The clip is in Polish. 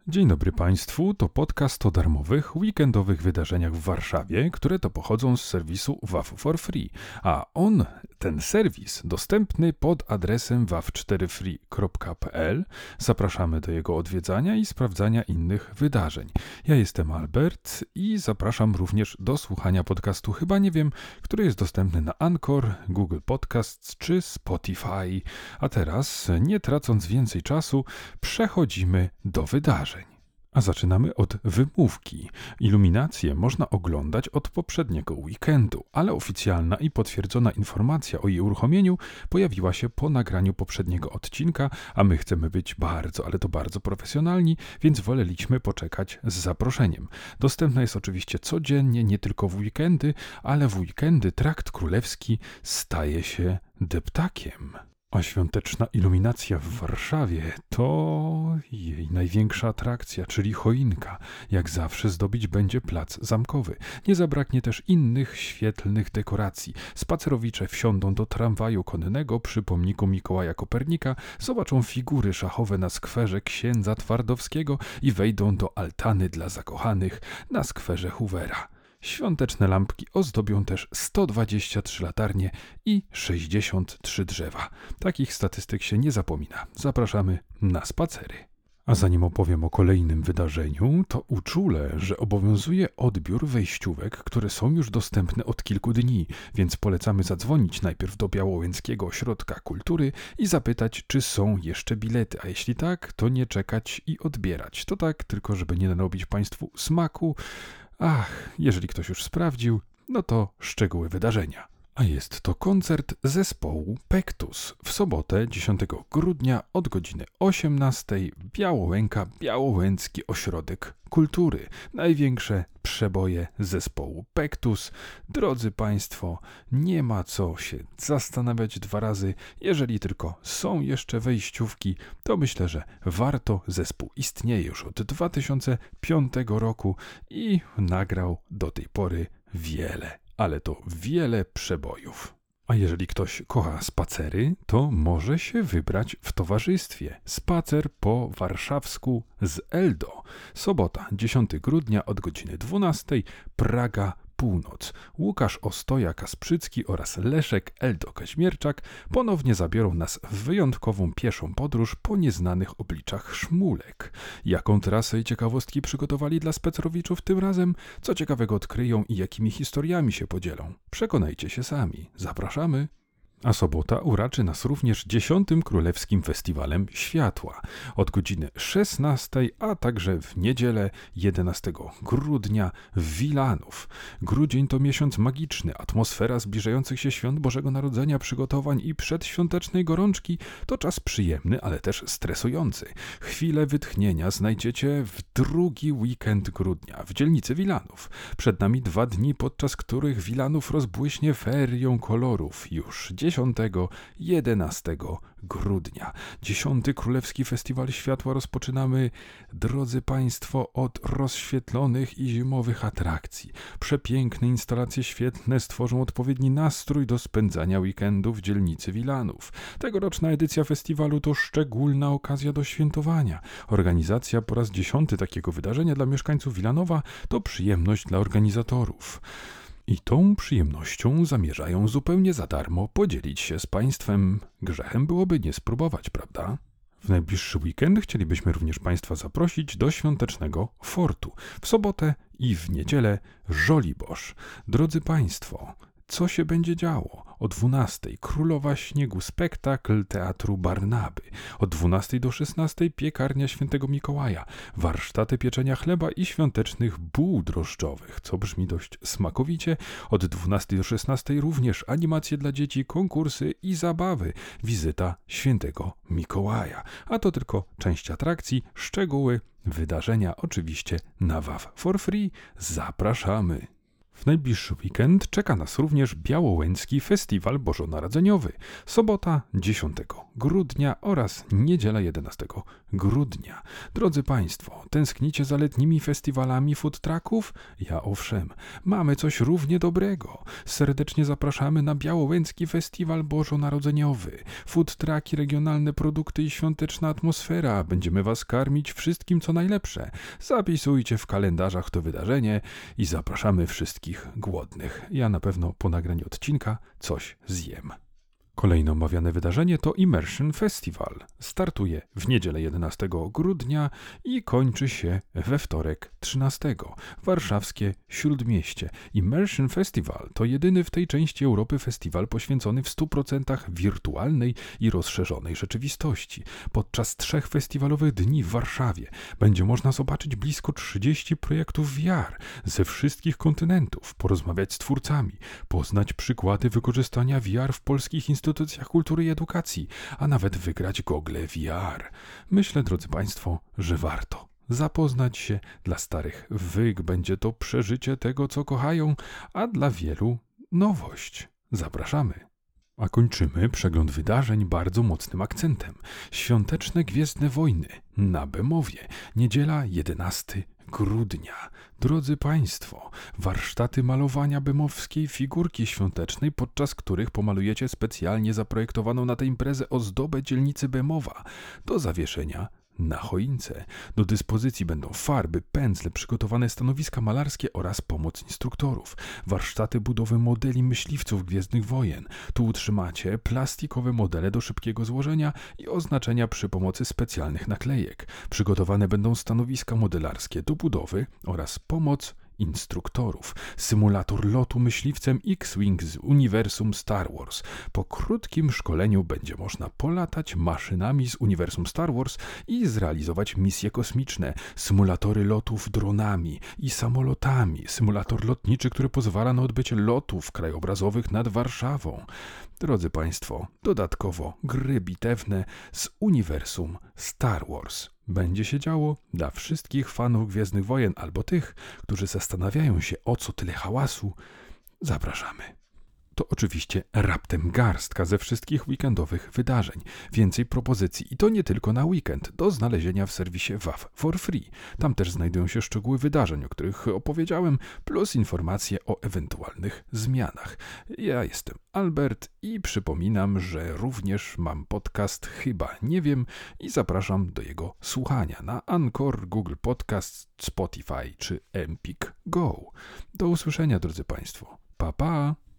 Dzień dobry Państwu, to podcast o darmowych, weekendowych wydarzeniach w Warszawie, które to pochodzą z serwisu WAF for Free, a ten serwis, dostępny pod adresem wav4free.pl. Zapraszamy do jego odwiedzania i sprawdzania innych wydarzeń. Ja jestem Albert i zapraszam również do słuchania podcastu Chyba Nie Wiem, który jest dostępny na Anchor, Google Podcasts czy Spotify. A teraz, nie tracąc więcej czasu, przechodzimy do wydarzeń. A zaczynamy od wymówki. Iluminację można oglądać od poprzedniego weekendu, ale oficjalna i potwierdzona informacja o jej uruchomieniu pojawiła się po nagraniu poprzedniego odcinka, a my chcemy być bardzo, ale to bardzo profesjonalni, więc woleliśmy poczekać z zaproszeniem. Dostępna jest oczywiście codziennie, nie tylko w weekendy, ale w weekendy Trakt Królewski staje się deptakiem. A świąteczna iluminacja w Warszawie to jej największa atrakcja, czyli choinka. Jak zawsze zdobić będzie plac zamkowy. Nie zabraknie też innych świetlnych dekoracji. Spacerowicze wsiądą do tramwaju konnego przy pomniku Mikołaja Kopernika, zobaczą figury szachowe na skwerze księdza Twardowskiego i wejdą do altany dla zakochanych na skwerze Hoovera. Świąteczne lampki ozdobią też 123 latarnie i 63 drzewa. Takich statystyk się nie zapomina. Zapraszamy na spacery. A zanim opowiem o kolejnym wydarzeniu, to uczulę, że obowiązuje odbiór wejściówek, które są już dostępne od kilku dni, więc polecamy zadzwonić najpierw do Białołęckiego Ośrodka Kultury i zapytać, czy są jeszcze bilety, a jeśli tak, to nie czekać i odbierać. To tak, tylko żeby nie narobić Państwu smaku. Jeżeli ktoś już sprawdził, no to szczegóły wydarzenia. A jest to koncert zespołu Pektus w sobotę 10 grudnia od godziny 18:00 Białołęka, Białołęcki Ośrodek Kultury. Największe przeboje zespołu Pektus. Drodzy Państwo, nie ma co się zastanawiać dwa razy. Jeżeli tylko są jeszcze wejściówki, to myślę, że warto. Zespół istnieje już od 2005 roku i nagrał do tej pory ale to wiele przebojów. A jeżeli ktoś kocha spacery, to może się wybrać w towarzystwie. Spacer po warszawsku z Eldo. Sobota, 10 grudnia od godziny 12:00, Praga Północ. Łukasz Ostoja-Kasprzycki oraz Leszek Eldo-Kaźmierczak ponownie zabiorą nas w wyjątkową pieszą podróż po nieznanych obliczach szmulek. Jaką trasę i ciekawostki przygotowali dla spacerowiczów tym razem? Co ciekawego odkryją i jakimi historiami się podzielą? Przekonajcie się sami. Zapraszamy! A sobota uraczy nas również 10. Królewskim Festiwalem Światła od godziny 16:00, a także w niedzielę 11 grudnia w Wilanów. Grudzień to miesiąc magiczny, atmosfera zbliżających się świąt Bożego Narodzenia, przygotowań i przedświątecznej gorączki to czas przyjemny, ale też stresujący. Chwilę wytchnienia znajdziecie w drugi weekend grudnia w dzielnicy Wilanów. Przed nami 2 dni, podczas których Wilanów rozbłyśnie ferią kolorów już 10-11 grudnia. 10. Królewski Festiwal Światła rozpoczynamy, drodzy Państwo, od rozświetlonych i zimowych atrakcji. Przepiękne instalacje świetlne stworzą odpowiedni nastrój do spędzania weekendu w dzielnicy Wilanów. Tegoroczna edycja festiwalu to szczególna okazja do świętowania. Organizacja po raz 10. takiego wydarzenia dla mieszkańców Wilanowa to przyjemność dla organizatorów. I tą przyjemnością zamierzają zupełnie za darmo podzielić się z Państwem. Grzechem byłoby nie spróbować, prawda? W najbliższy weekend chcielibyśmy również Państwa zaprosić do świątecznego fortu. W sobotę i w niedzielę Żoliborz. Drodzy Państwo, co się będzie działo? O 12:00 Królowa Śniegu, spektakl Teatru Barnaby. Od 12:00 do 16:00 piekarnia Świętego Mikołaja, warsztaty pieczenia chleba i świątecznych buł drożdżowych, co brzmi dość smakowicie. Od 12:00 do 16:00 również animacje dla dzieci, konkursy i zabawy, wizyta Świętego Mikołaja. A to tylko część atrakcji, szczegóły wydarzenia oczywiście na WAV for Free. Zapraszamy! W najbliższy weekend czeka nas również Białołęcki Festiwal Bożonarodzeniowy. Sobota 10 grudnia oraz niedziela 11 grudnia. Drodzy Państwo, tęsknicie za letnimi festiwalami food trucków? Ja owszem, mamy coś równie dobrego. Serdecznie zapraszamy na Białołęcki Festiwal Bożonarodzeniowy. Food trucki, regionalne produkty i świąteczna atmosfera. Będziemy Was karmić wszystkim co najlepsze. Zapisujcie w kalendarzach to wydarzenie i zapraszamy wszystkich głodnych. Ja na pewno po nagraniu odcinka coś zjem. Kolejne omawiane wydarzenie to Immersion Festival. Startuje w niedzielę 11 grudnia i kończy się we wtorek 13. Warszawskie Śródmieście. Immersion Festival to jedyny w tej części Europy festiwal poświęcony w 100% wirtualnej i rozszerzonej rzeczywistości. Podczas 3 festiwalowych dni w Warszawie będzie można zobaczyć blisko 30 projektów VR ze wszystkich kontynentów, porozmawiać z twórcami, poznać przykłady wykorzystania VR w polskich instytucjach kultury i edukacji, a nawet wygrać gogle VR. Myślę, drodzy Państwo, że warto zapoznać się. Dla starych wyk będzie to przeżycie tego, co kochają, a dla wielu nowość. Zapraszamy. A kończymy przegląd wydarzeń bardzo mocnym akcentem. Świąteczne Gwiezdne Wojny na Bemowie. Niedziela 11 grudnia. Drodzy Państwo, warsztaty malowania bemowskiej figurki świątecznej, podczas których pomalujecie specjalnie zaprojektowaną na tę imprezę ozdobę dzielnicy Bemowa do zawieszenia na choince. Do dyspozycji będą farby, pędzle, przygotowane stanowiska malarskie oraz pomoc instruktorów. Warsztaty budowy modeli myśliwców Gwiezdnych Wojen. Tu utrzymacie plastikowe modele do szybkiego złożenia i oznaczenia przy pomocy specjalnych naklejek. Przygotowane będą stanowiska modelarskie do budowy oraz pomoc instruktorów. Symulator lotu myśliwcem X-Wing z uniwersum Star Wars. Po krótkim szkoleniu będzie można polatać maszynami z uniwersum Star Wars i zrealizować misje kosmiczne. Symulatory lotów dronami i samolotami. Symulator lotniczy, który pozwala na odbycie lotów krajobrazowych nad Warszawą. Drodzy Państwo, dodatkowo gry bitewne z uniwersum Star Wars. Będzie się działo dla wszystkich fanów Gwiezdnych Wojen albo tych, którzy zastanawiają się, o co tyle hałasu. Zapraszamy. To oczywiście raptem garstka ze wszystkich weekendowych wydarzeń. Więcej propozycji i to nie tylko na weekend, do znalezienia w serwisie WAF for Free. Tam też znajdują się szczegóły wydarzeń, o których opowiedziałem, plus informacje o ewentualnych zmianach. Ja jestem Albert i przypominam, że również mam podcast Chyba Nie Wiem i zapraszam do jego słuchania na Anchor, Google Podcast, Spotify czy Empik Go. Do usłyszenia, drodzy Państwo. Pa, pa!